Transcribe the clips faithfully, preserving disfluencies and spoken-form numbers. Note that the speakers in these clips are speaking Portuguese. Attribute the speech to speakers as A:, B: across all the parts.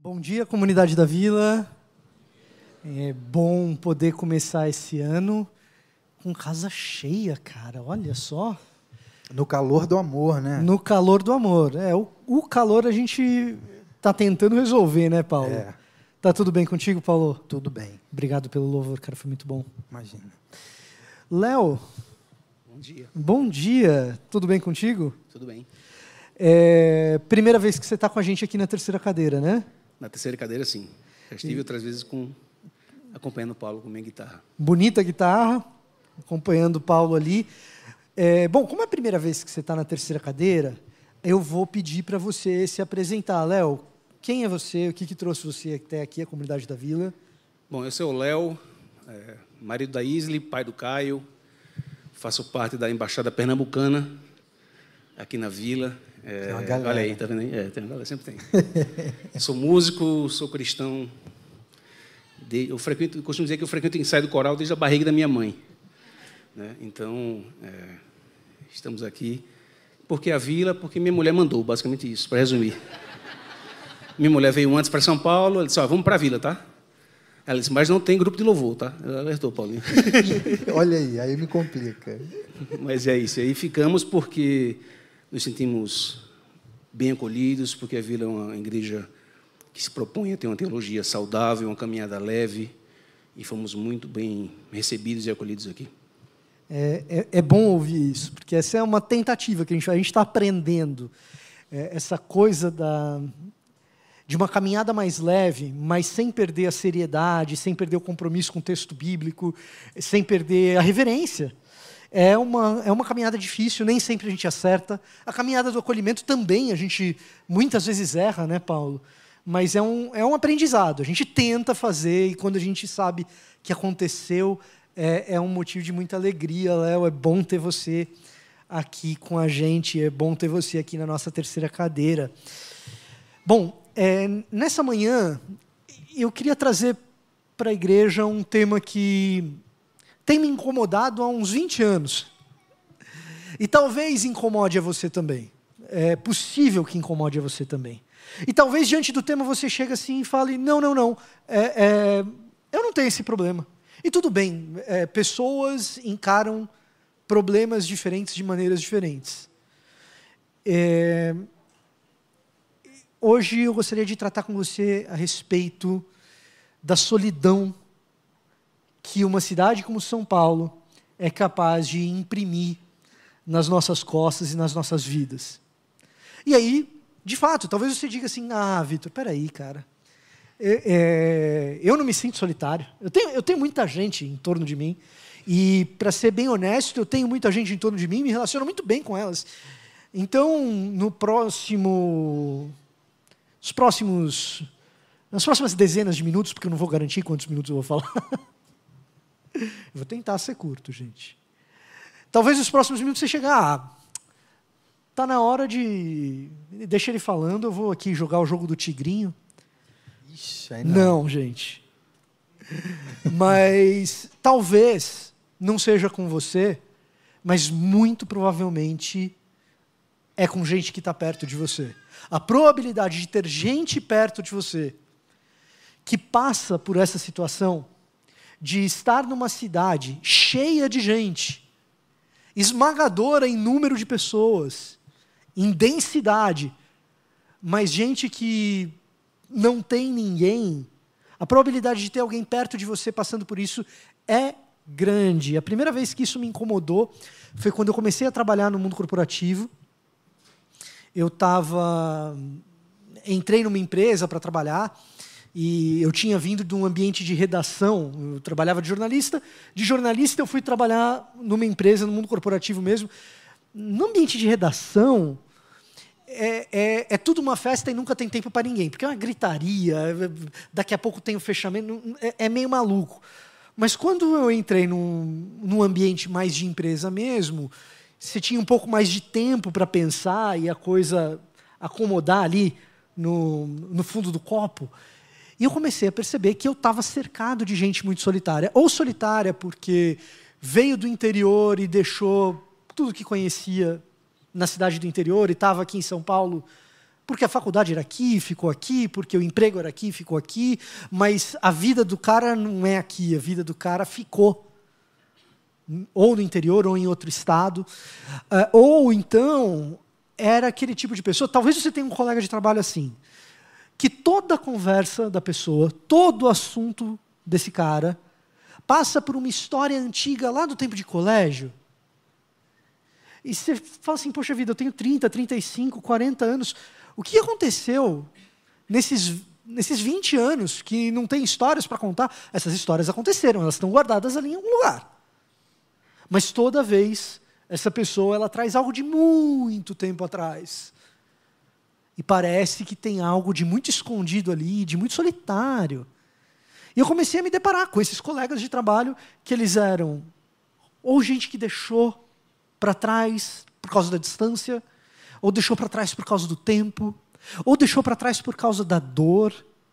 A: Bom dia, comunidade da Vila. É bom poder começar esse ano com casa cheia, cara. Olha só.
B: No calor do amor, né?
A: No calor do amor. É, o, o calor a gente está tentando resolver, né, Paulo?
B: É.
A: Tá tudo bem contigo, Paulo?
B: Tudo bem.
A: Obrigado pelo louvor, cara. Foi muito bom.
B: Imagina.
A: Léo.
C: Bom dia.
A: Bom dia. Tudo bem contigo?
C: Tudo bem.
A: É, primeira vez que você está com a gente aqui na terceira cadeira, né?
C: Na terceira cadeira, sim. Já estive e... outras vezes com, acompanhando o Paulo com minha guitarra.
A: Bonita guitarra, acompanhando o Paulo ali. É, bom, como é a primeira vez que você está na terceira cadeira, eu vou pedir para você se apresentar. Léo, quem é você? O que, que trouxe você até aqui, a comunidade da Vila?
C: Bom, eu sou o Léo, é, marido da Isli, pai do Caio. Faço parte da Embaixada Pernambucana, aqui na Vila. É,
B: tem uma galera.
C: Olha aí, tá vendo aí? É, tem uma galera, sempre tem. Sou músico, sou cristão. De, eu frequento, eu costumo dizer que eu frequento o ensaio do coral desde a barriga da minha mãe. Né? Então, é, estamos aqui. Porque a Vila, porque minha mulher mandou, basicamente isso, para resumir. Minha mulher veio antes para São Paulo, ela disse, ó, vamos para a Vila, tá? Ela disse, mas não tem grupo de louvor, tá? Ela alertou, Paulinho.
B: Olha aí, aí me complica.
C: Mas é isso, aí ficamos porque nos sentimos bem acolhidos, porque a Vila é uma igreja que se propõe a ter uma teologia saudável, uma caminhada leve, e fomos muito bem recebidos e acolhidos aqui.
A: É, é, é bom ouvir isso, porque essa é uma tentativa que a gente a gente está aprendendo. É, essa coisa da, de uma caminhada mais leve, mas sem perder a seriedade, sem perder o compromisso com o texto bíblico, sem perder a reverência. É uma, é uma caminhada difícil, nem sempre a gente acerta. A caminhada do acolhimento também, a gente muitas vezes erra, né, Paulo? Mas é um, é um aprendizado. A gente tenta fazer, e quando a gente sabe que aconteceu, é, é um motivo de muita alegria, Léo. É bom ter você aqui com a gente, é bom ter você aqui na nossa terceira cadeira. Bom, é, nessa manhã, eu queria trazer para a igreja um tema que tem me incomodado há uns vinte anos. E talvez incomode a você também. É possível que incomode a você também. E talvez diante do tema você chegue assim e fale, não, não, não, é, é, eu não tenho esse problema. E tudo bem, é, pessoas encaram problemas diferentes de maneiras diferentes. É, hoje eu gostaria de tratar com você a respeito da solidão que uma cidade como São Paulo é capaz de imprimir nas nossas costas e nas nossas vidas. E aí, de fato, talvez você diga assim, ah, Vitor, peraí, cara, é, é, eu não me sinto solitário. Eu tenho, eu tenho muita gente em torno de mim, e, para ser bem honesto, eu tenho muita gente em torno de mim e me relaciono muito bem com elas. Então, no próximo, nos próximos, nas próximas dezenas de minutos, porque eu não vou garantir quantos minutos eu vou falar, eu vou tentar ser curto, gente. Talvez nos próximos minutos você chegue, ah, tá na hora de... Deixa ele falando, eu vou aqui jogar o jogo do tigrinho.
B: Ixi, aí não.
A: Não, gente. Mas talvez não seja com você, mas muito provavelmente é com gente que está perto de você. A probabilidade de ter gente perto de você que passa por essa situação de estar numa cidade cheia de gente, esmagadora em número de pessoas, em densidade, mas gente que não tem ninguém, a probabilidade de ter alguém perto de você passando por isso é grande. A primeira vez que isso me incomodou foi quando eu comecei a trabalhar no mundo corporativo. Eu estava... Entrei numa empresa para trabalhar, e eu tinha vindo de um ambiente de redação, eu trabalhava de jornalista, de jornalista eu fui trabalhar numa empresa, no mundo corporativo mesmo. No ambiente de redação, é, é, é tudo uma festa e nunca tem tempo para ninguém, porque é uma gritaria, daqui a pouco tem o fechamento, é, é meio maluco. Mas quando eu entrei num, num ambiente mais de empresa mesmo, você tinha um pouco mais de tempo para pensar e a coisa acomodar ali no, no fundo do copo. E eu comecei a perceber que eu estava cercado de gente muito solitária. Ou solitária porque veio do interior e deixou tudo que conhecia na cidade do interior e estava aqui em São Paulo porque a faculdade era aqui, ficou aqui, porque o emprego era aqui, ficou aqui, mas a vida do cara não é aqui, a vida do cara ficou. Ou no interior, ou em outro estado. Uh, ou então, era aquele tipo de pessoa, talvez você tenha um colega de trabalho assim, que toda a conversa da pessoa, todo o assunto desse cara, passa por uma história antiga lá do tempo de colégio. E você fala assim, poxa vida, eu tenho trinta, trinta e cinco, quarenta anos. O que aconteceu nesses, nesses vinte anos que não tem histórias para contar? Essas histórias aconteceram, elas estão guardadas ali em algum lugar. Mas toda vez, essa pessoa ela traz algo de muito tempo atrás. E parece que tem algo de muito escondido ali, de muito solitário. E eu comecei a me deparar com esses colegas de trabalho que eles eram ou gente que deixou para trás por causa da distância, ou deixou para trás por causa do tempo, ou deixou para trás por causa da dor,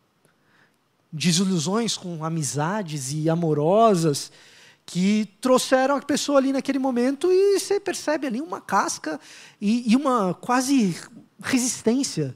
A: desilusões com amizades e amorosas, que trouxeram a pessoa ali naquele momento e você percebe ali uma casca e, e uma quase resistência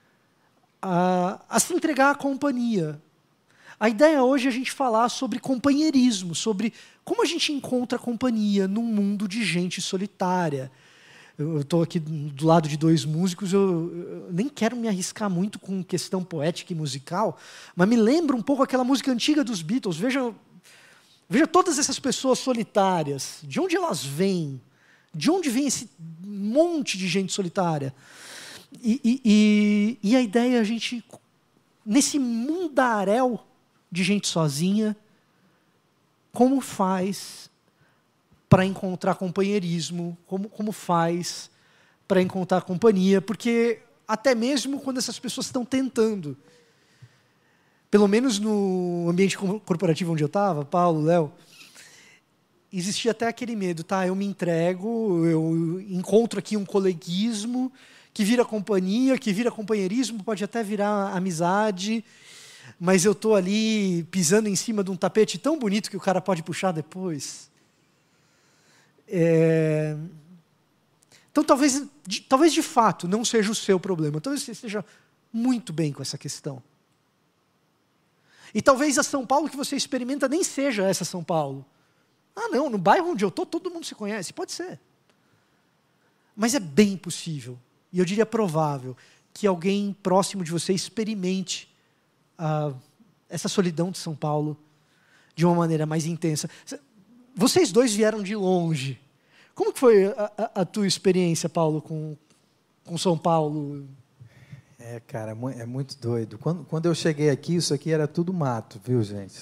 A: a, a se entregar à companhia. A ideia hoje é a gente falar sobre companheirismo, sobre como a gente encontra companhia num mundo de gente solitária. Eu estou aqui do lado de dois músicos, eu, eu nem quero me arriscar muito com questão poética e musical, mas me lembra um pouco aquela música antiga dos Beatles. Veja, veja todas essas pessoas solitárias, de onde elas vêm? De onde vem esse monte de gente solitária? E, e, e, e a ideia é a gente, nesse mundaréu de gente sozinha, como faz para encontrar companheirismo, como, como faz para encontrar companhia, porque até mesmo quando essas pessoas estão tentando, pelo menos no ambiente corporativo onde eu estava, Paulo, Léo, existia até aquele medo, tá, eu me entrego, eu encontro aqui um coleguismo, que vira companhia, que vira companheirismo, pode até virar amizade, mas eu estou ali pisando em cima de um tapete tão bonito que o cara pode puxar depois. É... Então, talvez de, talvez de fato não seja o seu problema. Talvez você esteja muito bem com essa questão. E talvez a São Paulo que você experimenta nem seja essa São Paulo. Ah, não, no bairro onde eu estou, todo mundo se conhece. Pode ser. Mas é bem possível, e eu diria provável, que alguém próximo de você experimente ah, essa solidão de São Paulo de uma maneira mais intensa. Vocês dois vieram de longe. Como que foi a, a, a tua experiência, Paulo, com, com São Paulo?
B: É, cara, é muito doido. Quando, quando eu cheguei aqui, isso aqui era tudo mato, viu, gente?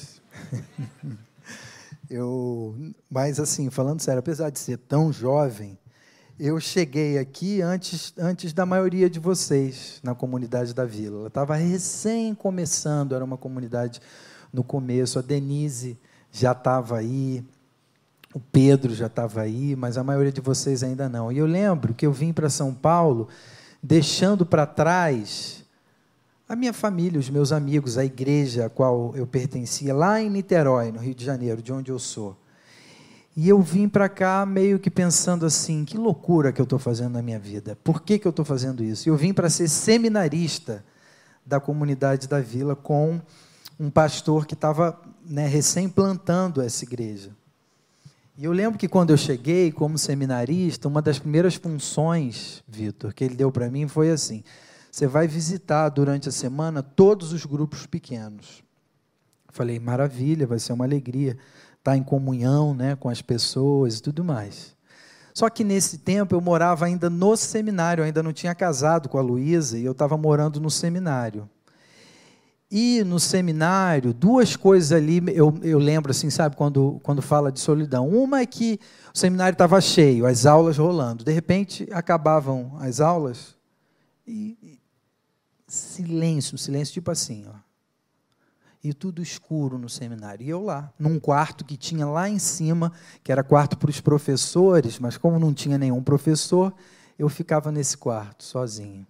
B: eu, mas, assim, falando sério, apesar de ser tão jovem, eu cheguei aqui antes, antes da maioria de vocês na comunidade da Vila. Ela estava recém começando, era uma comunidade no começo. A Denise já estava aí, o Pedro já estava aí, mas a maioria de vocês ainda não. E eu lembro que eu vim para São Paulo, deixando para trás a minha família, os meus amigos, a igreja a qual eu pertencia, lá em Niterói, no Rio de Janeiro, de onde eu sou. E eu vim para cá meio que pensando assim, que loucura que eu estou fazendo na minha vida. Por que, que eu estou fazendo isso? Eu vim para ser seminarista da comunidade da Vila com um pastor que estava, né, recém-plantando essa igreja. E eu lembro que quando eu cheguei como seminarista, uma das primeiras funções, Vitor, que ele deu para mim foi assim, você vai visitar durante a semana todos os grupos pequenos. Falei, maravilha, vai ser uma alegria estar em comunhão, né, com as pessoas e tudo mais. Só que nesse tempo eu morava ainda no seminário, eu ainda não tinha casado com a Luísa e eu estava morando no seminário. E no seminário, duas coisas ali, eu, eu lembro assim, sabe, quando, quando fala de solidão. Uma é que o seminário estava cheio, as aulas rolando. De repente, acabavam as aulas e, e silêncio, silêncio tipo assim, ó. E tudo escuro no seminário. E eu lá, num quarto que tinha lá em cima, que era quarto para os professores, mas como não tinha nenhum professor, eu ficava nesse quarto, sozinho.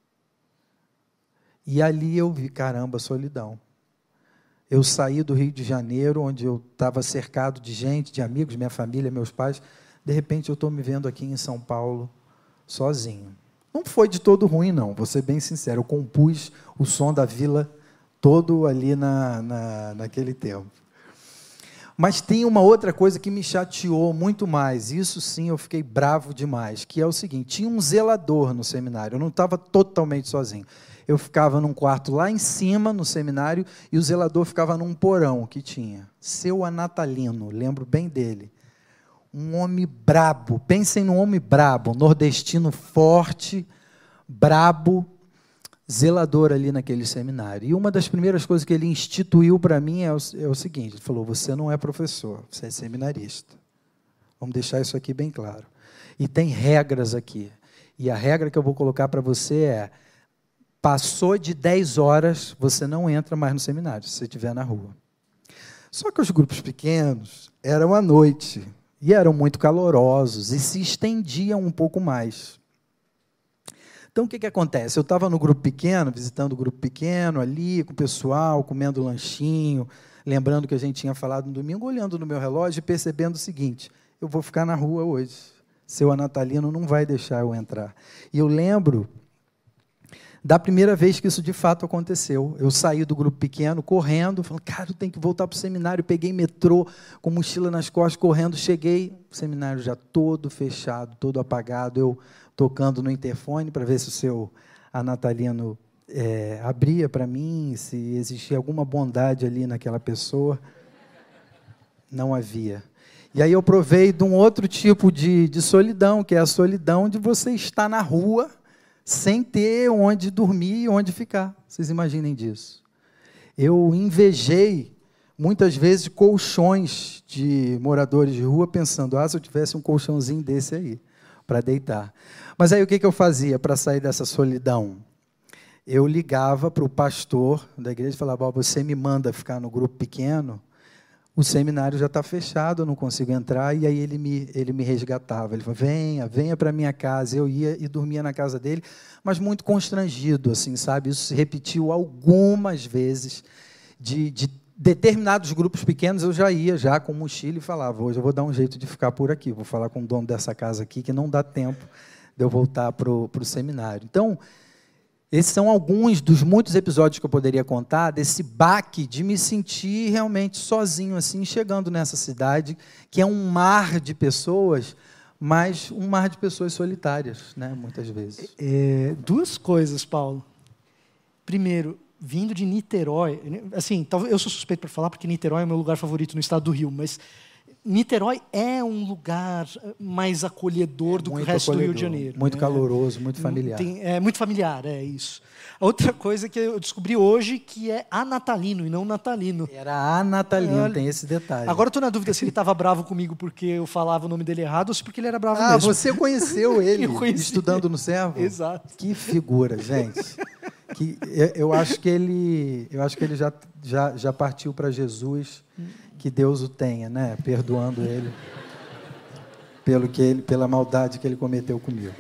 B: E ali eu vi, caramba, solidão. Eu saí do Rio de Janeiro, onde eu estava cercado de gente, de amigos, minha família, meus pais. De repente, eu estou me vendo aqui em São Paulo, sozinho. Não foi de todo ruim, não, vou ser bem sincero. Eu compus o som da Vila todo ali na, na, naquele tempo. Mas tem uma outra coisa que me chateou muito mais, isso sim eu fiquei bravo demais, que é o seguinte, tinha um zelador no seminário, eu não estava totalmente sozinho. Eu ficava num quarto lá em cima, no seminário, e o zelador ficava num porão que tinha. Seu Anatalino, lembro bem dele. Um homem brabo, pensem num homem brabo, nordestino forte, brabo, zelador ali naquele seminário. E uma das primeiras coisas que ele instituiu para mim é o, é o seguinte, ele falou, você não é professor, você é seminarista. Vamos deixar isso aqui bem claro. E tem regras aqui. E a regra que eu vou colocar para você é, passou de dez horas, você não entra mais no seminário, se você estiver na rua. Só que os grupos pequenos eram à noite, e eram muito calorosos, e se estendiam um pouco mais. Então, o que, que acontece? Eu estava no grupo pequeno, visitando o grupo pequeno, ali, com o pessoal, comendo lanchinho, lembrando que a gente tinha falado no domingo, olhando no meu relógio e percebendo o seguinte, eu vou ficar na rua hoje, seu Anatalino não vai deixar eu entrar. E eu lembro da primeira vez que isso de fato aconteceu. Eu saí do grupo pequeno, correndo, falando, cara, eu tenho que voltar para o seminário, peguei metrô, com mochila nas costas, correndo, cheguei, o seminário já todo fechado, todo apagado, eu tocando no interfone para ver se o seu Anatalino é, abria para mim, se existia alguma bondade ali naquela pessoa. Não havia. E aí eu provei de um outro tipo de, de solidão, que é a solidão de você estar na rua, sem ter onde dormir e onde ficar. Vocês imaginem disso. Eu invejei, muitas vezes, colchões de moradores de rua, pensando, ah, se eu tivesse um colchãozinho desse aí, para deitar. Mas aí o que, que eu fazia para sair dessa solidão? Eu ligava para o pastor da igreja e falava, oh, você me manda ficar no grupo pequeno, o seminário já está fechado, eu não consigo entrar, e aí ele me, ele me resgatava. Ele falou, venha, venha para a minha casa. Eu ia e dormia na casa dele, mas muito constrangido, assim, sabe? Isso se repetiu algumas vezes. De, de determinados grupos pequenos, eu já ia, já com mochila, e falava, hoje eu vou dar um jeito de ficar por aqui, vou falar com o dono dessa casa aqui, que não dá tempo de eu voltar para o seminário. Então, esses são alguns dos muitos episódios que eu poderia contar desse baque de me sentir realmente sozinho, assim, chegando nessa cidade, que é um mar de pessoas, mas um mar de pessoas solitárias, né, muitas vezes.
A: É, duas coisas, Paulo. Primeiro, vindo de Niterói, assim, talvez eu sou suspeito para falar, porque Niterói é o meu lugar favorito no estado do Rio, mas Niterói é um lugar mais acolhedor é do que o resto acolhedor, do Rio de Janeiro.
B: Muito
A: né?
B: caloroso, muito familiar.
A: Tem, é muito familiar, é isso. A outra coisa que eu descobri hoje, que é anatalino e não natalino.
B: Era anatalino, é, tem esse detalhe.
A: Agora eu estou na dúvida se ele estava bravo comigo porque eu falava o nome dele errado ou se porque ele era bravo
B: ah,
A: mesmo.
B: Ah, você conheceu ele
A: conheci.
B: Estudando no Servo?
A: Exato.
B: Que figura, gente. Que eu, eu acho que ele, eu acho que ele já, já, já partiu para Jesus. Que Deus o tenha, né? Perdoando ele pelo que ele, pela maldade que ele cometeu comigo.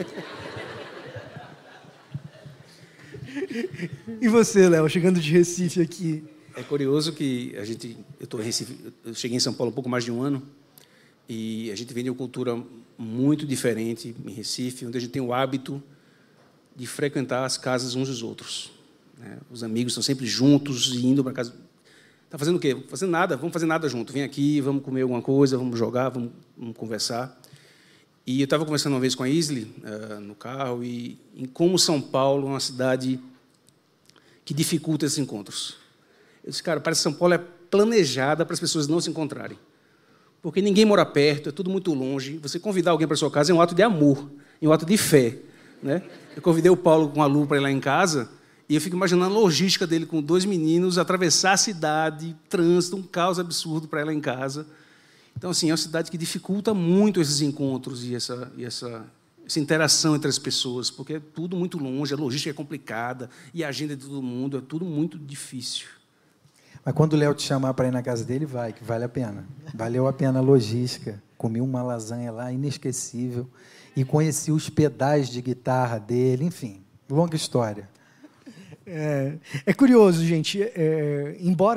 A: E você, Léo, chegando de Recife aqui?
C: É curioso que a gente, eu tô em Recife, eu cheguei em São Paulo há um pouco mais de um ano e a gente vem de uma cultura muito diferente em Recife, onde a gente tem o hábito de frequentar as casas uns dos outros, né? Os amigos estão sempre juntos e indo para casa. Está fazendo o quê? Fazendo nada, vamos fazer nada junto. Vem aqui, vamos comer alguma coisa, vamos jogar, vamos, vamos conversar. E eu estava conversando uma vez com a Isley, uh, no carro, e em como São Paulo é uma cidade que dificulta esses encontros. Eu disse, cara, parece que São Paulo é planejada para as pessoas não se encontrarem. Porque ninguém mora perto, é tudo muito longe. Você convidar alguém para a sua casa é um ato de amor, é um ato de fé, né? Eu convidei o Paulo com a Lu para ir lá em casa, e eu fico imaginando a logística dele com dois meninos, atravessar a cidade, trânsito, um caos absurdo para ela em casa. Então, assim, é uma cidade que dificulta muito esses encontros e essa, e essa, essa interação entre as pessoas, porque é tudo muito longe, a logística é complicada, e a agenda de todo mundo, é tudo muito difícil.
B: Mas quando o Léo te chamar para ir na casa dele, vai, que vale a pena. Valeu a pena a logística. Comi uma lasanha lá, inesquecível, e conheci os pedais de guitarra dele, enfim, longa história.
A: É, é curioso, gente. É, embora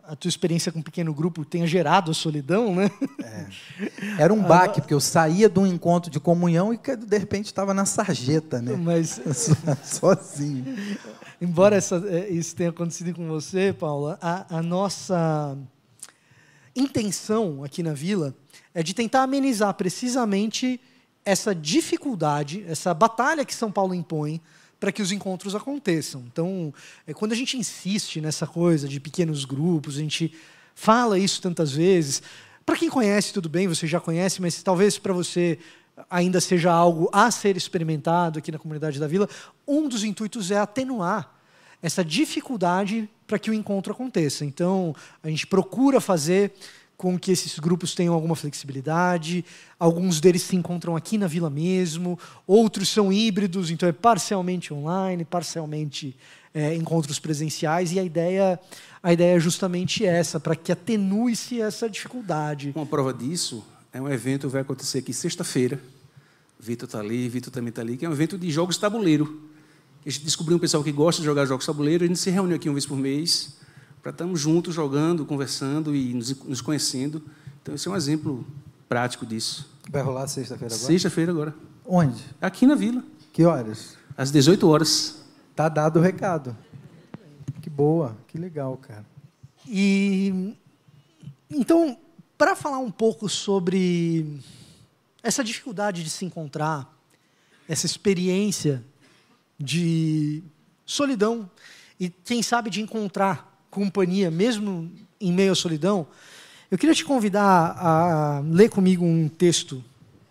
A: a tua experiência com um pequeno grupo tenha gerado a solidão, né?
B: É. Era um baque, porque eu saía de um encontro de comunhão e, de repente, estava na sarjeta, né?
A: Mas,
B: sozinho.
A: Embora essa, isso tenha acontecido com você, Paula, a, a nossa intenção aqui na Vila é de tentar amenizar precisamente essa dificuldade, essa batalha que São Paulo impõe para que os encontros aconteçam. Então, é, quando a gente insiste nessa coisa de pequenos grupos, a gente fala isso tantas vezes. Para quem conhece, tudo bem, você já conhece, mas talvez para você ainda seja algo a ser experimentado aqui na comunidade da Vila, um dos intuitos é atenuar essa dificuldade para que o encontro aconteça. Então, a gente procura fazer com que esses grupos tenham alguma flexibilidade. Alguns deles se encontram aqui na Vila mesmo, outros são híbridos, então é parcialmente online, parcialmente é, encontros presenciais, e a ideia, a ideia é justamente essa, para que atenue-se essa dificuldade.
C: Uma prova disso é um evento que vai acontecer aqui sexta-feira. Vitor está ali, Vitor também está ali, que é um evento de jogos de tabuleiro. A gente descobriu um pessoal que gosta de jogar jogos de tabuleiro, a gente se reúne aqui uma vez por mês, para estarmos juntos, jogando, conversando e nos, nos conhecendo. Então, esse é um exemplo prático disso.
B: Vai rolar sexta-feira agora?
C: Sexta-feira agora.
B: Onde?
C: Aqui na Vila.
B: Que horas?
C: Às dezoito horas.
B: Tá dado o recado. Que boa, que legal, cara.
A: E então, para falar um pouco sobre essa dificuldade de se encontrar, essa experiência de solidão e, quem sabe, de encontrar companhia, mesmo em meio à solidão, eu queria te convidar a ler comigo um texto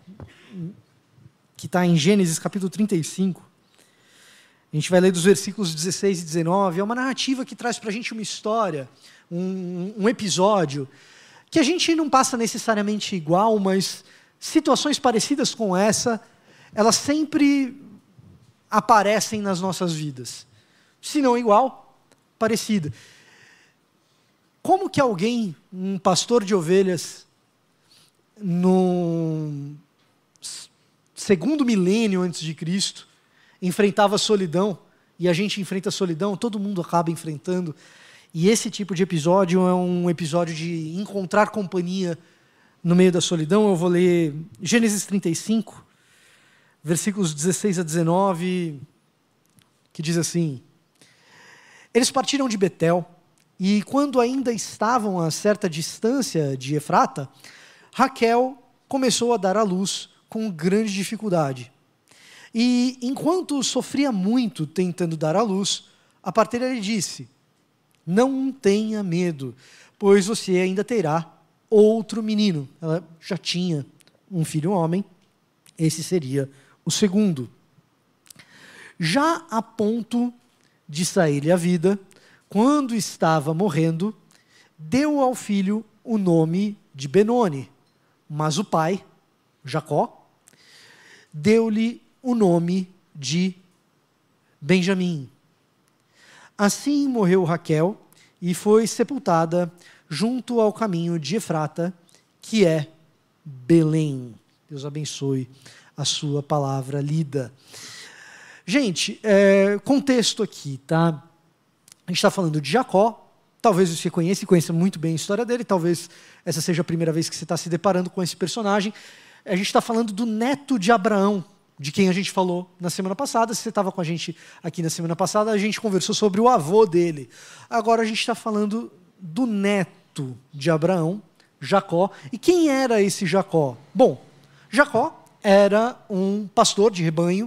A: que está em Gênesis, capítulo trinta e cinco. A gente vai ler dos versículos dezesseis e dezenove. É uma narrativa que traz para a gente uma história, um, um episódio, que a gente não passa necessariamente igual, mas situações parecidas com essa, elas sempre aparecem nas nossas vidas. Se não igual, parecida. Como que alguém, um pastor de ovelhas, no segundo milênio antes de Cristo, enfrentava a solidão, e a gente enfrenta a solidão, todo mundo acaba enfrentando, e esse tipo de episódio é um episódio de encontrar companhia no meio da solidão. Eu vou ler Gênesis trinta e cinco, versículos dezesseis a dezenove, que diz assim: Eles partiram de Betel, e quando ainda estavam a certa distância de Efrata, Raquel começou a dar à luz com grande dificuldade. E enquanto sofria muito tentando dar à luz, a parteira lhe disse: Não tenha medo, pois você ainda terá outro menino. Ela já tinha um filho homem, esse seria o segundo. Já a ponto de sair-lhe a vida, quando estava morrendo, deu ao filho o nome de Benoni, mas o pai, Jacó, deu-lhe o nome de Benjamim. Assim morreu Raquel e foi sepultada junto ao caminho de Efrata, que é Belém. Deus abençoe a sua palavra lida. Gente, é, contexto aqui, tá? A gente está falando de Jacó. Talvez você conheça e conheça muito bem a história dele. Talvez essa seja a primeira vez que você está se deparando com esse personagem. A gente está falando do neto de Abraão, de quem a gente falou na semana passada. Se você estava com a gente aqui na semana passada, a gente conversou sobre o avô dele. Agora a gente está falando do neto de Abraão, Jacó. E quem era esse Jacó? Bom, Jacó era um pastor de rebanho.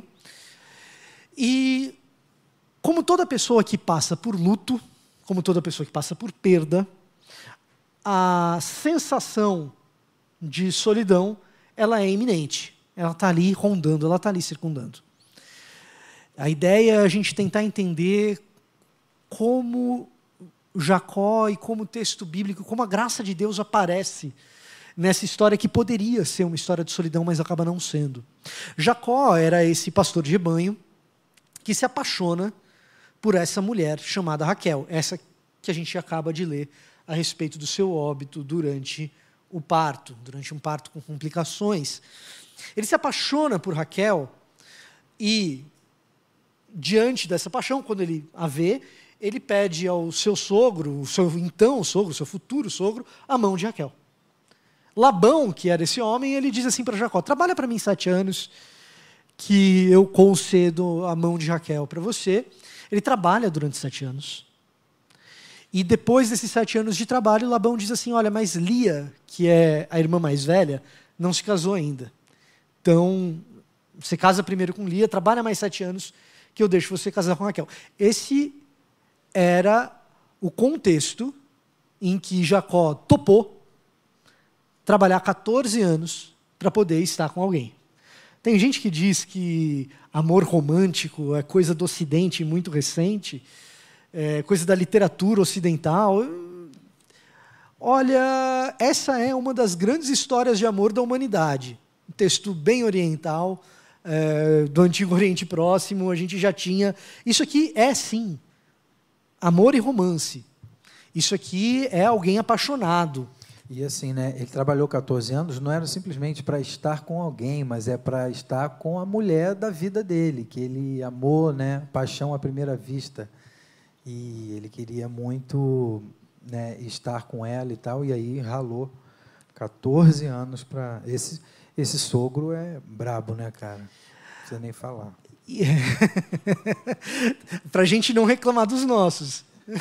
A: E como toda pessoa que passa por luto, como toda pessoa que passa por perda, a sensação de solidão, ela é iminente. Ela está ali rondando, ela está ali circundando. A ideia é a gente tentar entender como Jacó e como o texto bíblico, como a graça de Deus aparece nessa história que poderia ser uma história de solidão, mas acaba não sendo. Jacó era esse pastor de rebanho que se apaixona por essa mulher chamada Raquel, essa que a gente acaba de ler a respeito do seu óbito durante o parto, durante um parto com complicações. Ele se apaixona por Raquel e, diante dessa paixão, quando ele a vê, ele pede ao seu sogro, o seu então sogro, o seu futuro sogro, a mão de Raquel. Labão, que era esse homem, ele diz assim para Jacó: trabalha para mim sete anos, que eu concedo a mão de Raquel para você. Ele trabalha durante sete anos. E depois desses sete anos de trabalho, Labão diz assim: olha, mas Lia, que é a irmã mais velha, não se casou ainda. Então, você casa primeiro com Lia, trabalha mais sete anos, que eu deixo você casar com Raquel. Esse era o contexto em que Jacó topou trabalhar quatorze anos para poder estar com alguém. Tem gente que diz que amor romântico é coisa do Ocidente muito recente, é coisa da literatura ocidental. Olha, essa é uma das grandes histórias de amor da humanidade. Um texto bem oriental, é, do Antigo Oriente Próximo, a gente já tinha. Isso aqui é, sim, amor e romance. Isso aqui é alguém apaixonado.
B: E assim, né, ele trabalhou quatorze anos, não era simplesmente para estar com alguém, mas é para estar com a mulher da vida dele, que ele amou, né, paixão à primeira vista. E ele queria muito, né, estar com ela e tal, e aí ralou quatorze anos para... Esse, esse sogro é brabo, né, cara? Não precisa nem falar.
A: Para a gente não reclamar dos nossos.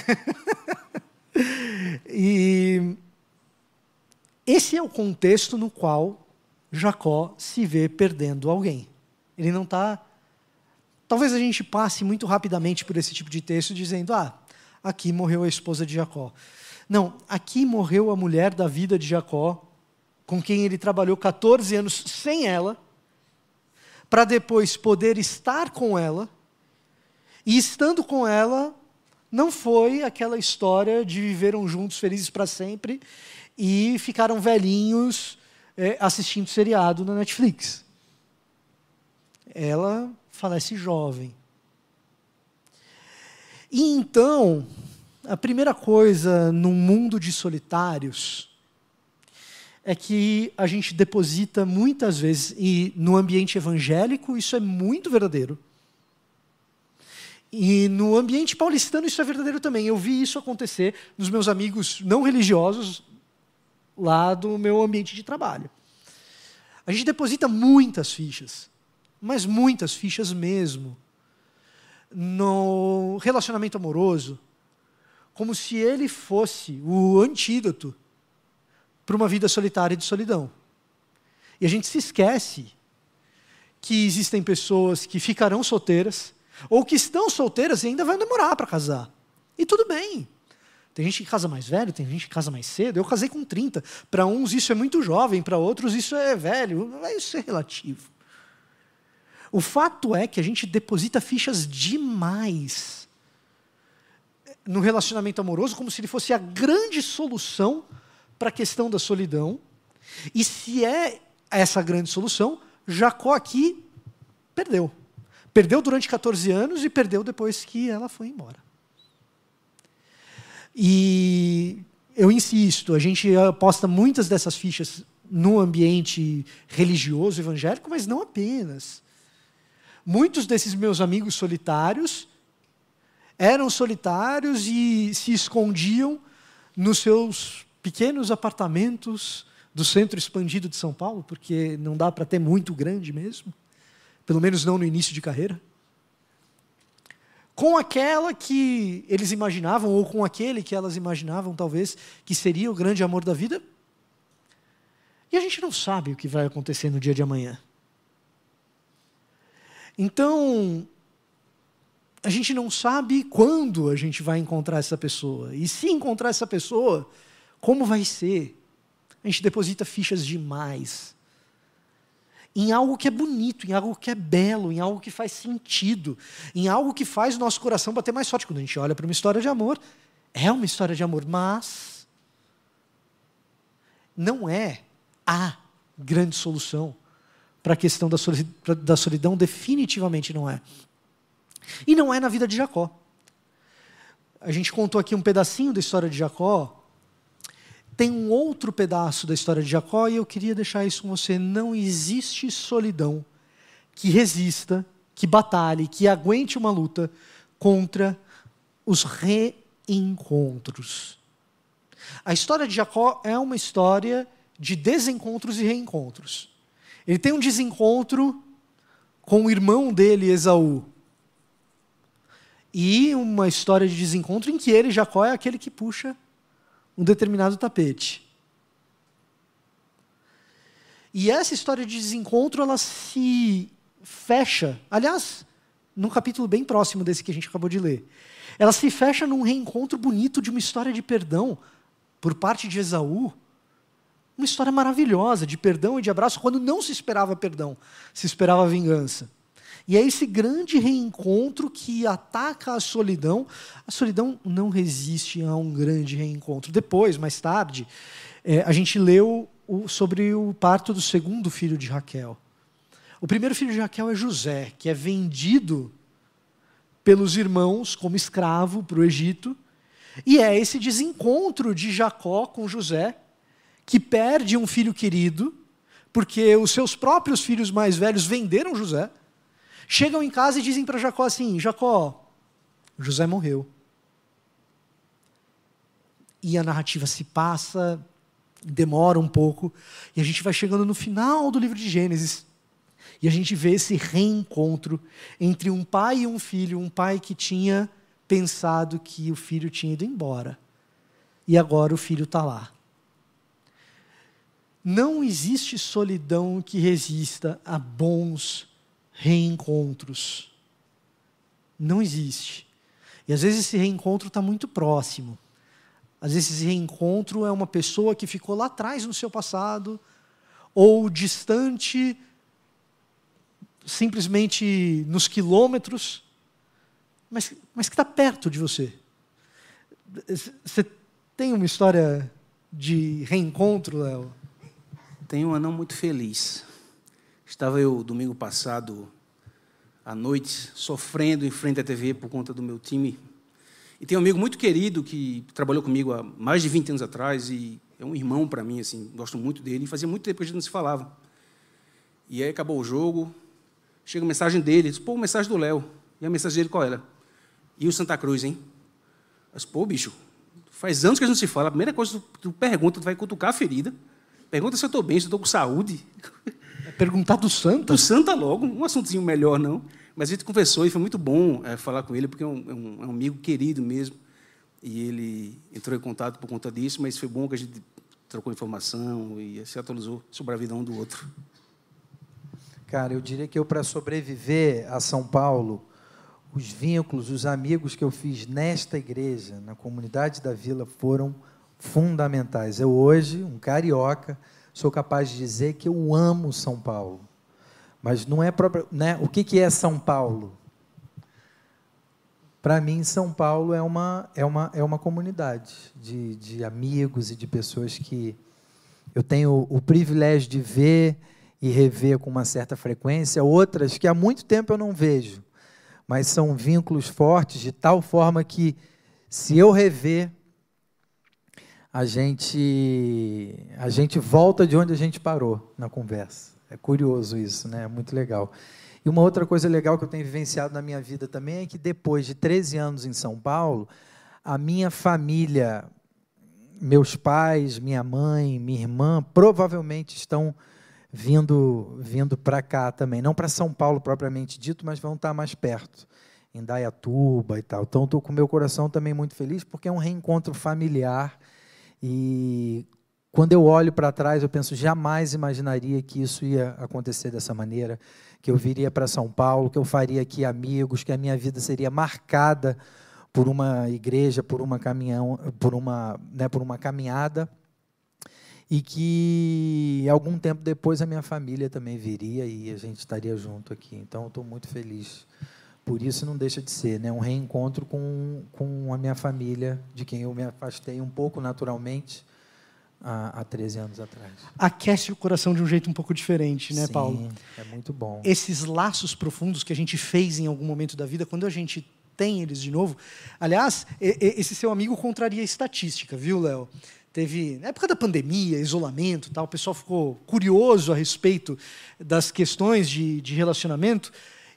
A: E... esse é o contexto no qual Jacó se vê perdendo alguém. Ele não está... Talvez a gente passe muito rapidamente por esse tipo de texto dizendo: ah, aqui morreu a esposa de Jacó. Não, aqui morreu a mulher da vida de Jacó, com quem ele trabalhou quatorze anos sem ela, para depois poder estar com ela, e estando com ela, não foi aquela história de viveram juntos felizes para sempre, e ficaram velhinhos é, assistindo seriado na Netflix. Ela falece jovem. E então, a primeira coisa num mundo de solitários é que a gente deposita muitas vezes, e no ambiente evangélico isso é muito verdadeiro, e no ambiente paulistano isso é verdadeiro também. Eu vi isso acontecer nos meus amigos não religiosos, lá do meu ambiente de trabalho. A gente deposita muitas fichas, mas muitas fichas mesmo, no relacionamento amoroso, como se ele fosse o antídoto para uma vida solitária e de solidão. E a gente se esquece que existem pessoas que ficarão solteiras, ou que estão solteiras e ainda vão demorar para casar. E tudo bem. Tem gente que casa mais velho, tem gente que casa mais cedo. Eu casei com trinta. Para uns isso é muito jovem, para outros isso é velho. Isso é relativo. O fato é que a gente deposita fichas demais no relacionamento amoroso, como se ele fosse a grande solução para a questão da solidão. E se é essa grande solução, Jacó aqui perdeu. Perdeu durante quatorze anos e perdeu depois que ela foi embora. E eu insisto, a gente aposta muitas dessas fichas no ambiente religioso, evangélico, mas não apenas. Muitos desses meus amigos solitários eram solitários e se escondiam nos seus pequenos apartamentos do centro expandido de São Paulo, porque não dá para ter muito grande mesmo, pelo menos não no início de carreira. Com aquela que eles imaginavam, ou com aquele que elas imaginavam, talvez, que seria o grande amor da vida. E a gente não sabe o que vai acontecer no dia de amanhã. Então, a gente não sabe quando a gente vai encontrar essa pessoa. E se encontrar essa pessoa, como vai ser? A gente deposita fichas demais em algo que é bonito, em algo que é belo, em algo que faz sentido, em algo que faz o nosso coração bater mais forte. Quando a gente olha para uma história de amor, é uma história de amor, mas não é a grande solução para a questão da solidão, da solidão, definitivamente não é. E não é na vida de Jacó. A gente contou aqui um pedacinho da história de Jacó. Tem um outro pedaço da história de Jacó e eu queria deixar isso com você. Não existe solidão que resista, que batalhe, que aguente uma luta contra os reencontros. A história de Jacó é uma história de desencontros e reencontros. Ele tem um desencontro com o irmão dele, Esaú. E uma história de desencontro em que ele, Jacó, é aquele que puxa um determinado tapete. E essa história de desencontro, ela se fecha, aliás, num capítulo bem próximo desse que a gente acabou de ler. Ela se fecha num reencontro bonito de uma história de perdão por parte de Esaú. Uma história maravilhosa de perdão e de abraço, quando não se esperava perdão, se esperava vingança. E é esse grande reencontro que ataca a solidão. A solidão não resiste a um grande reencontro. Depois, mais tarde, é, a gente leu o, sobre o parto do segundo filho de Raquel. O primeiro filho de Raquel é José, que é vendido pelos irmãos como escravo para o Egito. E é esse desencontro de Jacó com José, que perde um filho querido, porque os seus próprios filhos mais velhos venderam José. Chegam em casa e dizem para Jacó assim: Jacó, José morreu. E a narrativa se passa, demora um pouco, e a gente vai chegando no final do livro de Gênesis, e a gente vê esse reencontro entre um pai e um filho, um pai que tinha pensado que o filho tinha ido embora, e agora o filho está lá. Não existe solidão que resista a bons reencontros. Não existe. E às vezes esse reencontro está muito próximo. Às vezes esse reencontro é uma pessoa que ficou lá atrás no seu passado, ou distante, simplesmente nos quilômetros, mas, mas que está perto de você. Você tem uma história de reencontro, Léo?
C: Tenho uma não muito feliz. Estava eu, domingo passado, à noite, sofrendo em frente à T V por conta do meu time. E tem um amigo muito querido que trabalhou comigo há mais de vinte anos atrás, e é um irmão para mim, assim, gosto muito dele, e fazia muito tempo que a gente não se falava. E aí acabou o jogo, chega a mensagem dele, diz, pô, mensagem do Léo. E a mensagem dele qual era? E o Santa Cruz, hein? Eu disse, pô, bicho, faz anos que a gente não se fala, a primeira coisa que tu, tu pergunta, tu vai cutucar a ferida, pergunta se eu estou bem, se eu estou com saúde.
A: Perguntar do Santa?
C: Do Santa logo, um assuntozinho melhor, não. Mas a gente conversou e foi muito bom é, falar com ele, porque é um, é, um, é um amigo querido mesmo. E ele entrou em contato por conta disso, mas foi bom que a gente trocou informação e se atualizou sobre a vida um do outro.
B: Cara, eu diria que eu, para sobreviver a São Paulo, os vínculos, os amigos que eu fiz nesta igreja, na comunidade da Vila, foram fundamentais. Eu hoje, um carioca, sou capaz de dizer que eu amo São Paulo. Mas não é próprio, né? O que que é São Paulo? Para mim, São Paulo é uma é uma é uma comunidade de, de amigos e de pessoas que eu tenho o privilégio de ver e rever com uma certa frequência, outras que há muito tempo eu não vejo, mas são vínculos fortes de tal forma que, se eu rever, a gente, a gente volta de onde a gente parou na conversa. É curioso isso, né? É muito legal. E uma outra coisa legal que eu tenho vivenciado na minha vida também é que, depois de treze anos em São Paulo, a minha família, meus pais, minha mãe, minha irmã, provavelmente estão vindo, vindo para cá também. Não para São Paulo propriamente dito, mas vão estar mais perto, em Indaiatuba e tal. Então, estou com o meu coração também muito feliz, porque é um reencontro familiar. E quando eu olho para trás, eu penso, jamais imaginaria que isso ia acontecer dessa maneira, que eu viria para São Paulo, que eu faria aqui amigos, que a minha vida seria marcada por uma igreja, por uma caminhão, por uma, né, por uma caminhada, e que algum tempo depois a minha família também viria e a gente estaria junto aqui. Então, eu estou muito feliz. Por isso, não deixa de ser, né, um reencontro com, com a minha família, de quem eu me afastei um pouco naturalmente há, há treze anos atrás.
A: Aquece o coração de um jeito um pouco diferente, né,
B: Sim,
A: Paulo?
B: É muito bom.
A: Esses laços profundos que a gente fez em algum momento da vida, quando a gente tem eles de novo... Aliás, esse seu amigo contraria a estatística, viu, Léo? Teve, na época da pandemia, isolamento, tal, o pessoal ficou curioso a respeito das questões de, de relacionamento.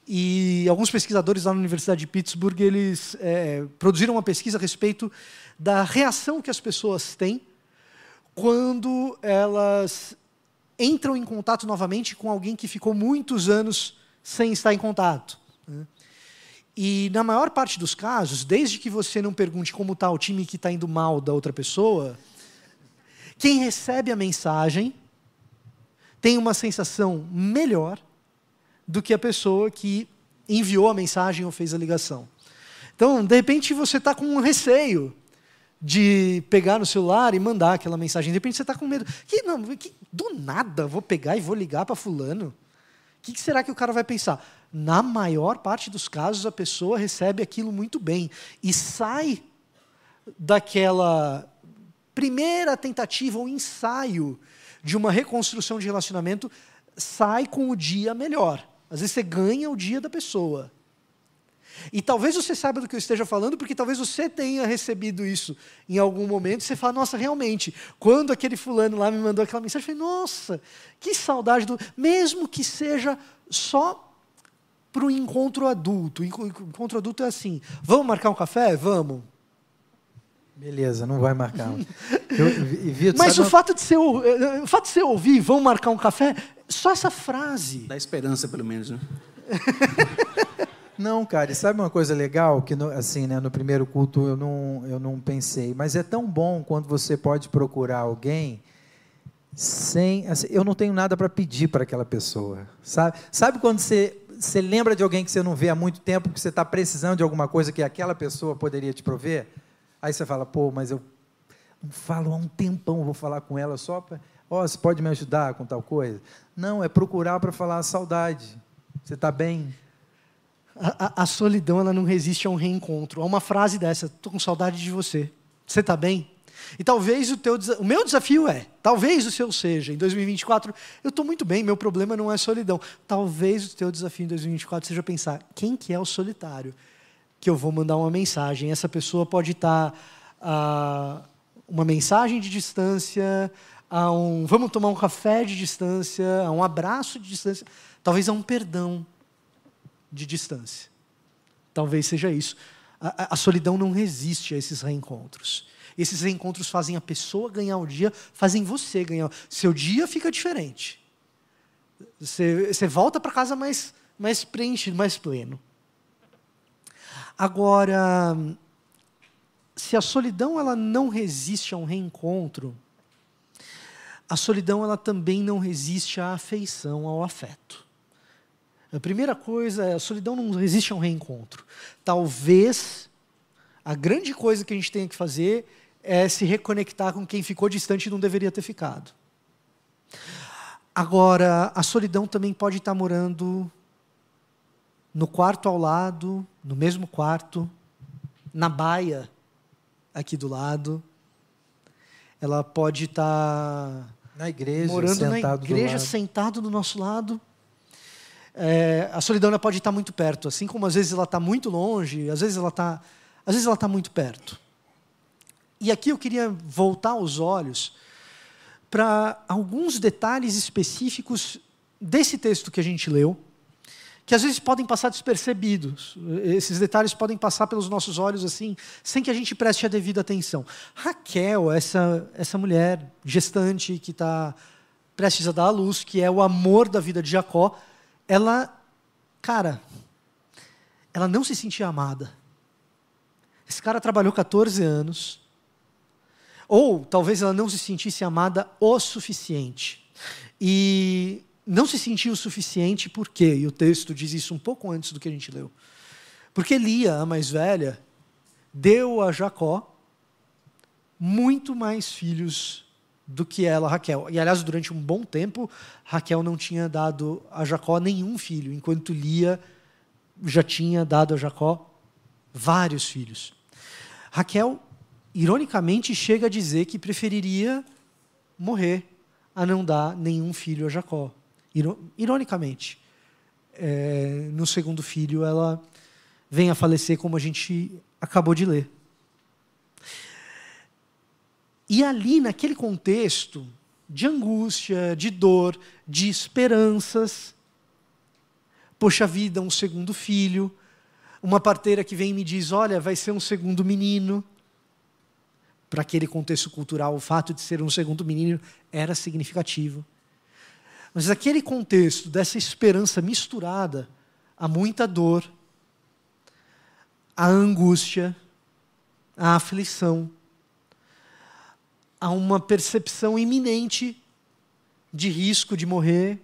A: E alguns pesquisadores lá na Universidade de Pittsburgh, eles é, produziram uma pesquisa a respeito da reação que as pessoas têm quando elas entram em contato novamente com alguém que ficou muitos anos sem estar em contato. Né? E, na maior parte dos casos, desde que você não pergunte como está o time que está indo mal da outra pessoa, quem recebe a mensagem tem uma sensação melhor do que a pessoa que enviou a mensagem ou fez a ligação. Então, de repente, você está com um receio de pegar no celular e mandar aquela mensagem. De repente, você está com medo. Que, não, que, do nada, vou pegar e vou ligar para fulano. O que, que será que o cara vai pensar? Na maior parte dos casos, a pessoa recebe aquilo muito bem e sai daquela primeira tentativa ou ensaio de uma reconstrução de relacionamento, sai com o dia melhor. Às vezes você ganha o dia da pessoa. E talvez você saiba do que eu esteja falando, porque talvez você tenha recebido isso em algum momento, e você fala, nossa, realmente, quando aquele fulano lá me mandou aquela mensagem, eu falei, nossa, que saudade do... Mesmo que seja só para o encontro adulto. O encontro adulto é assim, vamos marcar um café? Vamos.
B: Beleza, não vai marcar. Eu, Vitor,
A: Mas o,
B: uma...
A: fato de você, o fato de você ouvir, vamos marcar um café, só essa frase.
C: Dá esperança, pelo menos, né?
B: Não, cara, e sabe uma coisa legal? Que no, assim, né, no primeiro culto eu não, eu não pensei, mas é tão bom quando você pode procurar alguém sem... Assim, eu não tenho nada para pedir para aquela pessoa. Sabe, sabe quando você, você lembra de alguém que você não vê há muito tempo, que você está precisando de alguma coisa que aquela pessoa poderia te prover? Aí você fala, pô, mas eu não falo há um tempão, vou falar com ela só para... Ó, oh, você pode me ajudar com tal coisa? Não, é procurar para falar a saudade. Você está bem?
A: A, a, a solidão, ela não resiste a um reencontro. Há uma frase dessa, estou com saudade de você. Você está bem? E talvez o teu... O meu desafio é, talvez o seu seja, em dois mil e vinte e quatro, eu estou muito bem, meu problema não é solidão. Talvez o teu desafio em dois mil e vinte e quatro seja pensar, quem que é o solitário? Que eu vou mandar uma mensagem. Essa pessoa pode estar a uma mensagem de distância, a um vamos tomar um café de distância, a um abraço de distância, talvez a um perdão de distância. Talvez seja isso. A, a, a solidão não resiste a esses reencontros. Esses reencontros fazem a pessoa ganhar o dia, fazem você ganhar. Seu dia fica diferente. Você, você volta para casa mais, mais preenchido, mais pleno. Agora, se a solidão ela não resiste a um reencontro, a solidão ela também não resiste à afeição, ao afeto. A primeira coisa é, a solidão não resiste a um reencontro. Talvez a grande coisa que a gente tenha que fazer é se reconectar com quem ficou distante e não deveria ter ficado. Agora, a solidão também pode estar morando no quarto ao lado, no mesmo quarto, na baia aqui do lado. Ela pode estar
B: na igreja,
A: morando
B: sentado
A: na igreja,
B: do lado.
A: sentado do nosso lado. É, a solidão ela pode estar muito perto, assim como às vezes ela está muito longe, às vezes ela está, às vezes ela está muito perto. E aqui eu queria voltar os olhos para alguns detalhes específicos desse texto que a gente leu, que às vezes podem passar despercebidos. Esses detalhes podem passar pelos nossos olhos assim, sem que a gente preste a devida atenção. Raquel, essa, essa mulher gestante que está prestes a dar à luz, que é o amor da vida de Jacó, ela, cara, ela não se sentia amada. Esse cara trabalhou quatorze anos, ou talvez ela não se sentisse amada o suficiente. E não se sentiu o suficiente por quê? E o texto diz isso um pouco antes do que a gente leu. Porque Lia, a mais velha, deu a Jacó muito mais filhos do que ela, Raquel. E, aliás, durante um bom tempo, Raquel não tinha dado a Jacó nenhum filho, enquanto Lia já tinha dado a Jacó vários filhos. Raquel, ironicamente, chega a dizer que preferiria morrer a não dar nenhum filho a Jacó. Ironicamente. É, no segundo filho, ela vem a falecer, como a gente acabou de ler. E ali, naquele contexto de angústia, de dor, de esperanças, poxa vida, um segundo filho. Uma parteira que vem e me diz, olha, vai ser um segundo menino. Para aquele contexto cultural, o fato de ser um segundo menino era significativo. Mas aquele contexto dessa esperança misturada a muita dor, a angústia, a aflição, a uma percepção iminente de risco de morrer.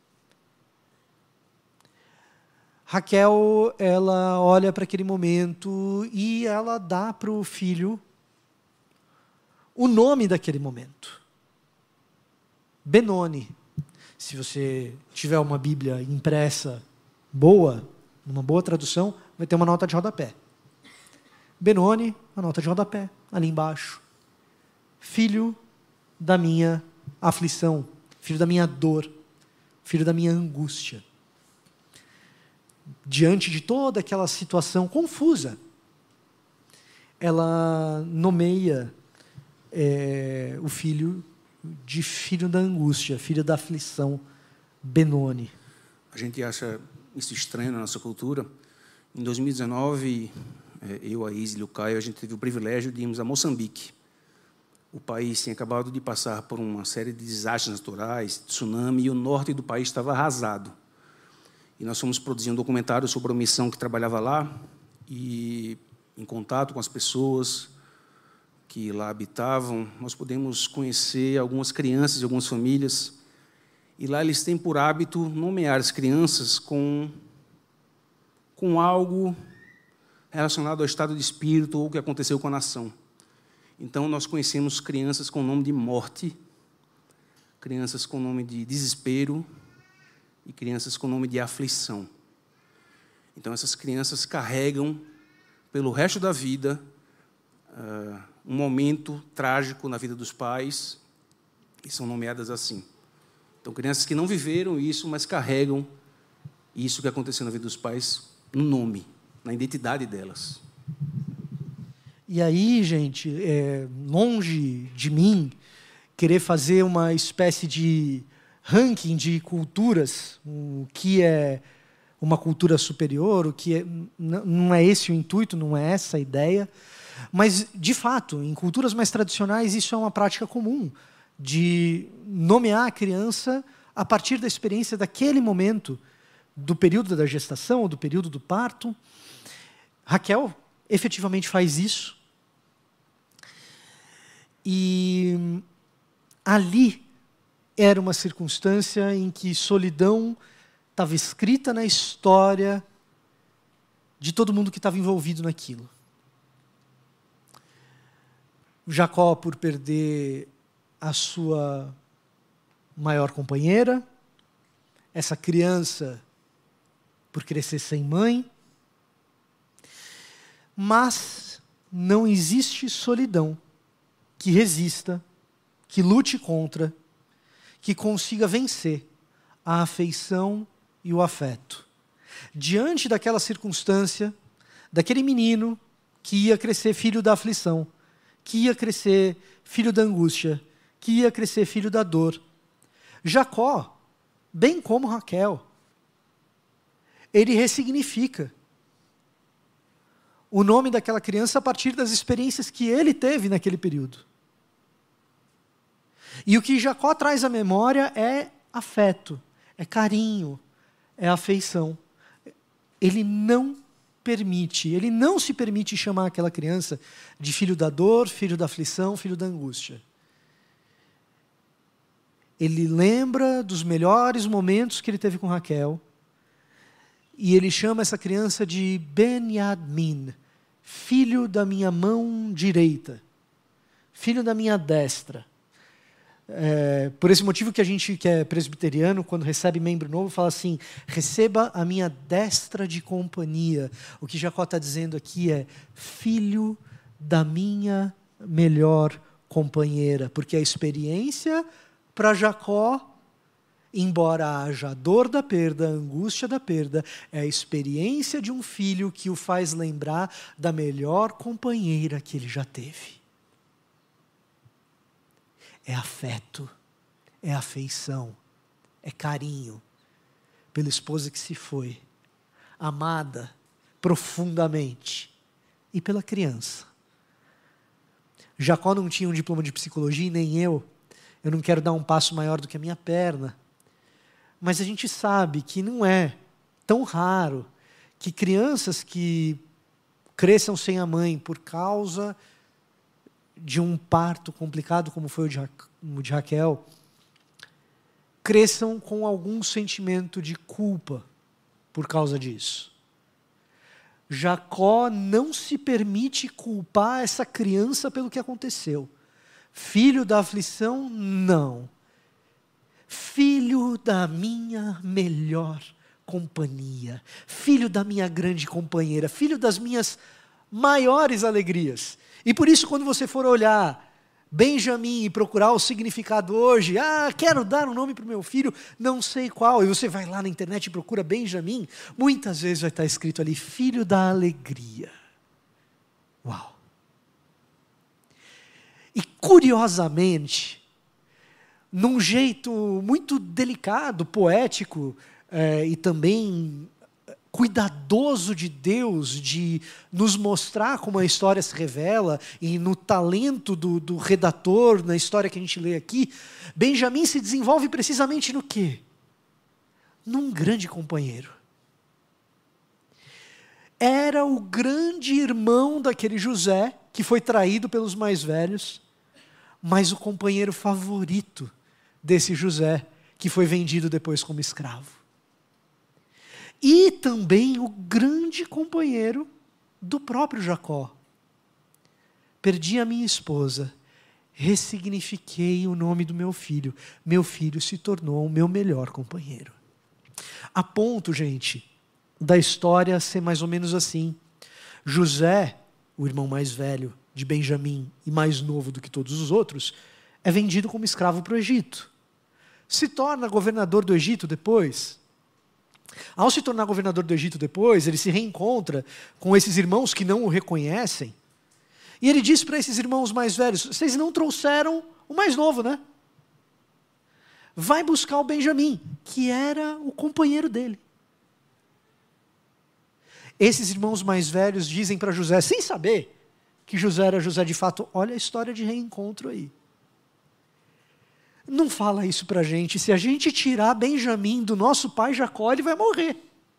A: Raquel, ela olha para aquele momento e ela dá para o filho o nome daquele momento. Benoni. Se você tiver uma Bíblia impressa boa, uma boa tradução, vai ter uma nota de rodapé. Benoni, a nota de rodapé, ali embaixo. Filho da minha aflição, filho da minha dor, filho da minha angústia. Diante de toda aquela situação confusa, ela nomeia é, o filho de filho da angústia, filho da aflição, Benoni.
C: A gente acha isso estranho na nossa cultura. Em dois mil e dezenove, eu, a Isla e o Caio, a gente teve o privilégio de irmos a Moçambique. O país tinha acabado de passar por uma série de desastres naturais, tsunami, e o norte do país estava arrasado. E nós fomos produzir um documentário sobre a missão que trabalhava lá, e, em contato com as pessoas que lá habitavam, nós pudemos conhecer algumas crianças e algumas famílias. E lá eles têm por hábito nomear as crianças com, com algo relacionado ao estado de espírito ou o que aconteceu com a nação. Então, nós conhecemos crianças com o nome de morte, crianças com o nome de desespero e crianças com o nome de aflição. Então, essas crianças carregam, pelo resto da vida, uh, um momento trágico na vida dos pais, e são nomeadas assim. Então, crianças que não viveram isso, mas carregam isso que aconteceu na vida dos pais no nome, na identidade delas.
A: E aí, gente, é, longe de mim querer fazer uma espécie de ranking de culturas, o que é uma cultura superior, o que é, não é esse o intuito, não é essa a ideia, mas, de fato, em culturas mais tradicionais, isso é uma prática comum, de nomear a criança a partir da experiência daquele momento, do período da gestação ou do período do parto. Raquel efetivamente faz isso. E ali era uma circunstância em que solidão estava escrita na história de todo mundo que estava envolvido naquilo. Jacó, por perder a sua maior companheira, essa criança por crescer sem mãe, mas não existe solidão que resista, que lute contra, que consiga vencer a afeição e o afeto. Diante daquela circunstância, daquele menino que ia crescer filho da aflição, que ia crescer filho da angústia, que ia crescer filho da dor, Jacó, bem como Raquel, ele ressignifica o nome daquela criança a partir das experiências que ele teve naquele período. E o que Jacó traz à memória é afeto, é carinho, é afeição. Ele não permite, ele não se permite chamar aquela criança de filho da dor, filho da aflição, filho da angústia. Ele lembra dos melhores momentos que ele teve com Raquel, e ele chama essa criança de Ben-Yadmin, filho da minha mão direita, filho da minha destra. É, por esse motivo que a gente que é presbiteriano, quando recebe membro novo, fala assim, receba a minha destra de companhia. O que Jacó está dizendo aqui é, filho da minha melhor companheira, porque a experiência para Jacó, embora haja a dor da perda, a angústia da perda, é a experiência de um filho que o faz lembrar da melhor companheira que ele já teve. É afeto, é afeição, é carinho. pela esposa que se foi, amada profundamente, e pela criança. Jacó não tinha um diploma de psicologia e nem eu. Eu não quero dar um passo maior do que a minha perna. Mas a gente sabe que não é tão raro que crianças que cresçam sem a mãe por causa de um parto complicado, como foi o de, Ra- o de Raquel, cresçam com algum sentimento de culpa por causa disso. Jacó não se permite culpar essa criança pelo que aconteceu. Filho da aflição, não. Filho da minha melhor companhia. Filho da minha grande companheira. Filho das minhas maiores alegrias. E por isso, quando você for olhar Benjamim e procurar o significado hoje, ah, quero dar um nome para o meu filho, não sei qual, e você vai lá na internet e procura Benjamim, muitas vezes vai estar escrito ali, filho da alegria. Uau! E curiosamente, num jeito muito delicado, poético, eh, e também cuidadoso de Deus, de nos mostrar como a história se revela, e no talento do, do redator, na história que a gente lê aqui, Benjamim se desenvolve precisamente no quê? Num grande companheiro. Era o grande irmão daquele José, que foi traído pelos mais velhos, mas o companheiro favorito desse José, que foi vendido depois como escravo. E também o grande companheiro do próprio Jacó. Perdi a minha esposa, ressignifiquei o nome do meu filho. Meu filho se tornou o meu melhor companheiro. A ponto, gente, da história ser mais ou menos assim. José, o irmão mais velho de Benjamim e mais novo do que todos os outros, é vendido como escravo para o Egito. Se torna governador do Egito depois. Ao se tornar governador do Egito depois, ele se reencontra com esses irmãos que não o reconhecem. E ele diz para esses irmãos mais velhos, vocês não trouxeram o mais novo, né? Vai buscar o Benjamim, que era o companheiro dele. Esses irmãos mais velhos dizem para José, sem saber que José era José de fato, olha a história de reencontro aí. Não fala isso para a gente. Se a gente tirar Benjamim do nosso pai Jacó, ele vai morrer.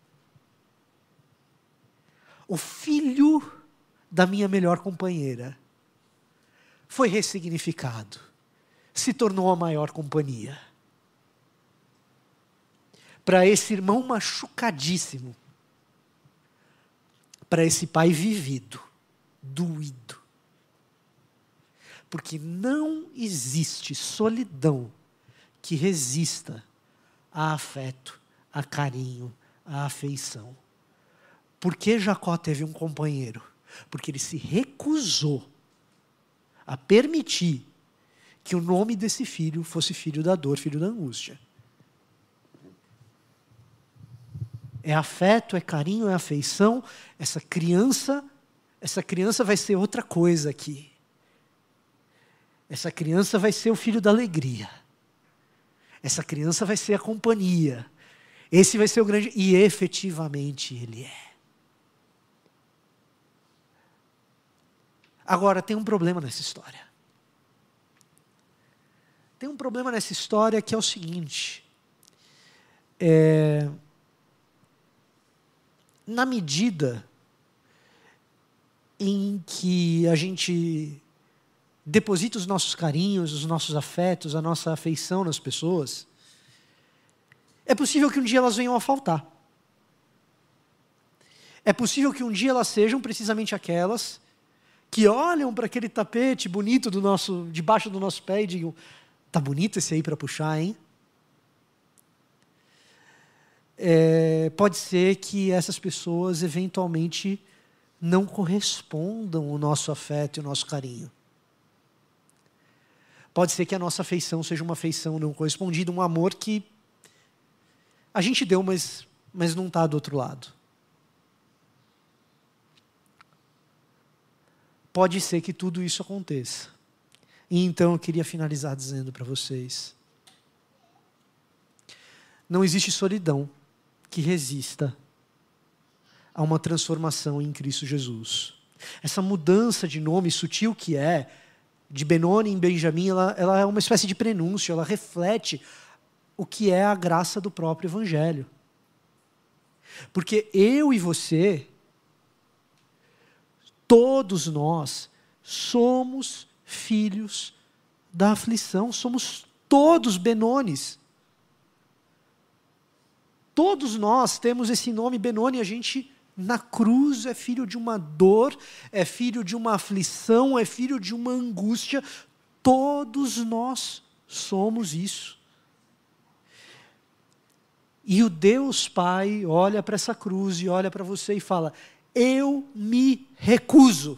A: O filho da minha melhor companheira foi ressignificado. Se tornou a maior companhia. Para esse irmão machucadíssimo. Para esse pai vivido, doído. Porque não existe solidão que resista a afeto, a carinho, a afeição. Por que Jacó teve um companheiro? Porque ele se recusou a permitir que o nome desse filho fosse filho da dor, filho da angústia. É afeto, é carinho, é afeição. Essa criança, essa criança vai ser outra coisa aqui. Essa criança vai ser o filho da alegria. Essa criança vai ser a companhia. Esse vai ser o grande... E efetivamente ele é. Agora, tem um problema nessa história. Tem um problema nessa história que é o seguinte. É... Na medida em que a gente deposita os nossos carinhos, os nossos afetos, a nossa afeição nas pessoas, é possível que um dia elas venham a faltar. É possível que um dia elas sejam precisamente aquelas que olham para aquele tapete bonito do nosso, debaixo do nosso pé e digam, tá bonito esse aí para puxar, hein? É, pode ser que essas pessoas eventualmente não correspondam ao nosso afeto e ao nosso carinho. Pode ser que a nossa afeição seja uma afeição não correspondida, um amor que a gente deu, mas, mas não está do outro lado. Pode ser que tudo isso aconteça. E então eu queria finalizar dizendo para vocês, não existe solidão que resista a uma transformação em Cristo Jesus. Essa mudança de nome sutil que é, de Benoni em Benjamim, ela, ela é uma espécie de prenúncio, ela reflete o que é a graça do próprio Evangelho. Porque eu e você, todos nós, somos filhos da aflição, somos todos Benones. Todos nós temos esse nome Benoni, a gente na cruz é filho de uma dor, é filho de uma aflição, é filho de uma angústia. Todos nós somos isso. E o Deus Pai olha para essa cruz e olha para você e fala: eu me recuso.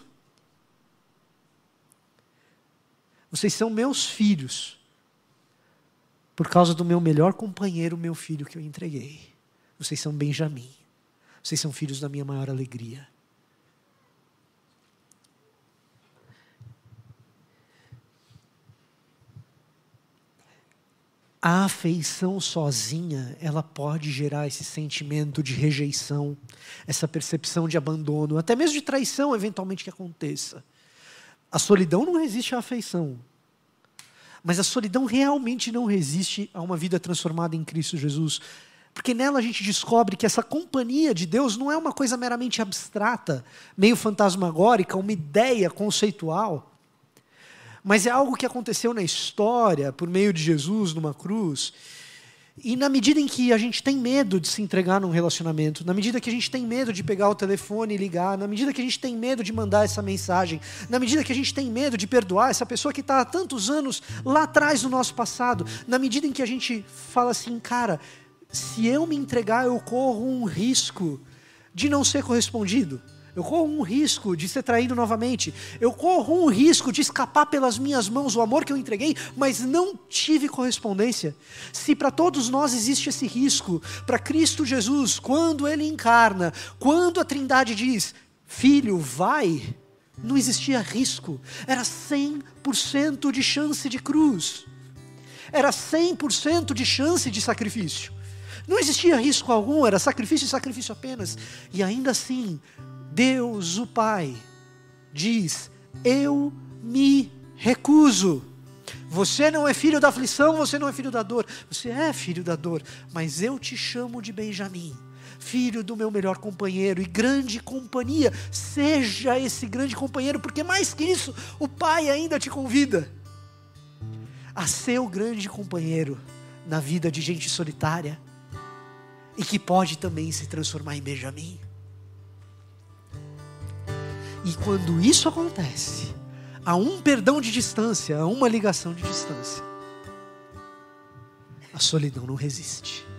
A: Vocês são meus filhos, por causa do meu melhor companheiro, meu filho que eu entreguei. Vocês são Benjamim. Vocês são filhos da minha maior alegria. A afeição sozinha, ela pode gerar esse sentimento de rejeição, essa percepção de abandono, até mesmo de traição, eventualmente, que aconteça. A solidão não resiste à afeição. Mas a solidão realmente não resiste a uma vida transformada em Cristo Jesus. Porque nela a gente descobre que essa companhia de Deus não é uma coisa meramente abstrata, meio fantasmagórica, uma ideia conceitual. Mas é algo que aconteceu na história, por meio de Jesus numa cruz. E na medida em que a gente tem medo de se entregar num relacionamento, na medida que a gente tem medo de pegar o telefone e ligar, na medida que a gente tem medo de mandar essa mensagem, na medida que a gente tem medo de perdoar essa pessoa que está há tantos anos lá atrás no nosso passado, na medida em que a gente fala assim, cara, se eu me entregar, eu corro um risco de não ser correspondido. Eu corro um risco de ser traído novamente. Eu corro um risco de escapar pelas minhas mãos o amor que eu entreguei, mas não tive correspondência. Se para todos nós existe esse risco, para Cristo Jesus, quando Ele encarna, quando a Trindade diz, filho, vai, não existia risco. Era cem por cento de chance de cruz. Era cem por cento de chance de sacrifício. Não existia risco algum, era sacrifício e sacrifício apenas. E ainda assim, Deus, o Pai, diz, eu me recuso. Você não é filho da aflição, você não é filho da dor. Você é filho da dor, mas eu te chamo de Benjamim, filho do meu melhor companheiro e grande companhia. Seja esse grande companheiro, porque mais que isso, o Pai ainda te convida a ser o grande companheiro na vida de gente solitária e que pode também se transformar em Benjamim. E quando isso acontece, há um perdão de distância, há uma ligação de distância. A solidão não resiste.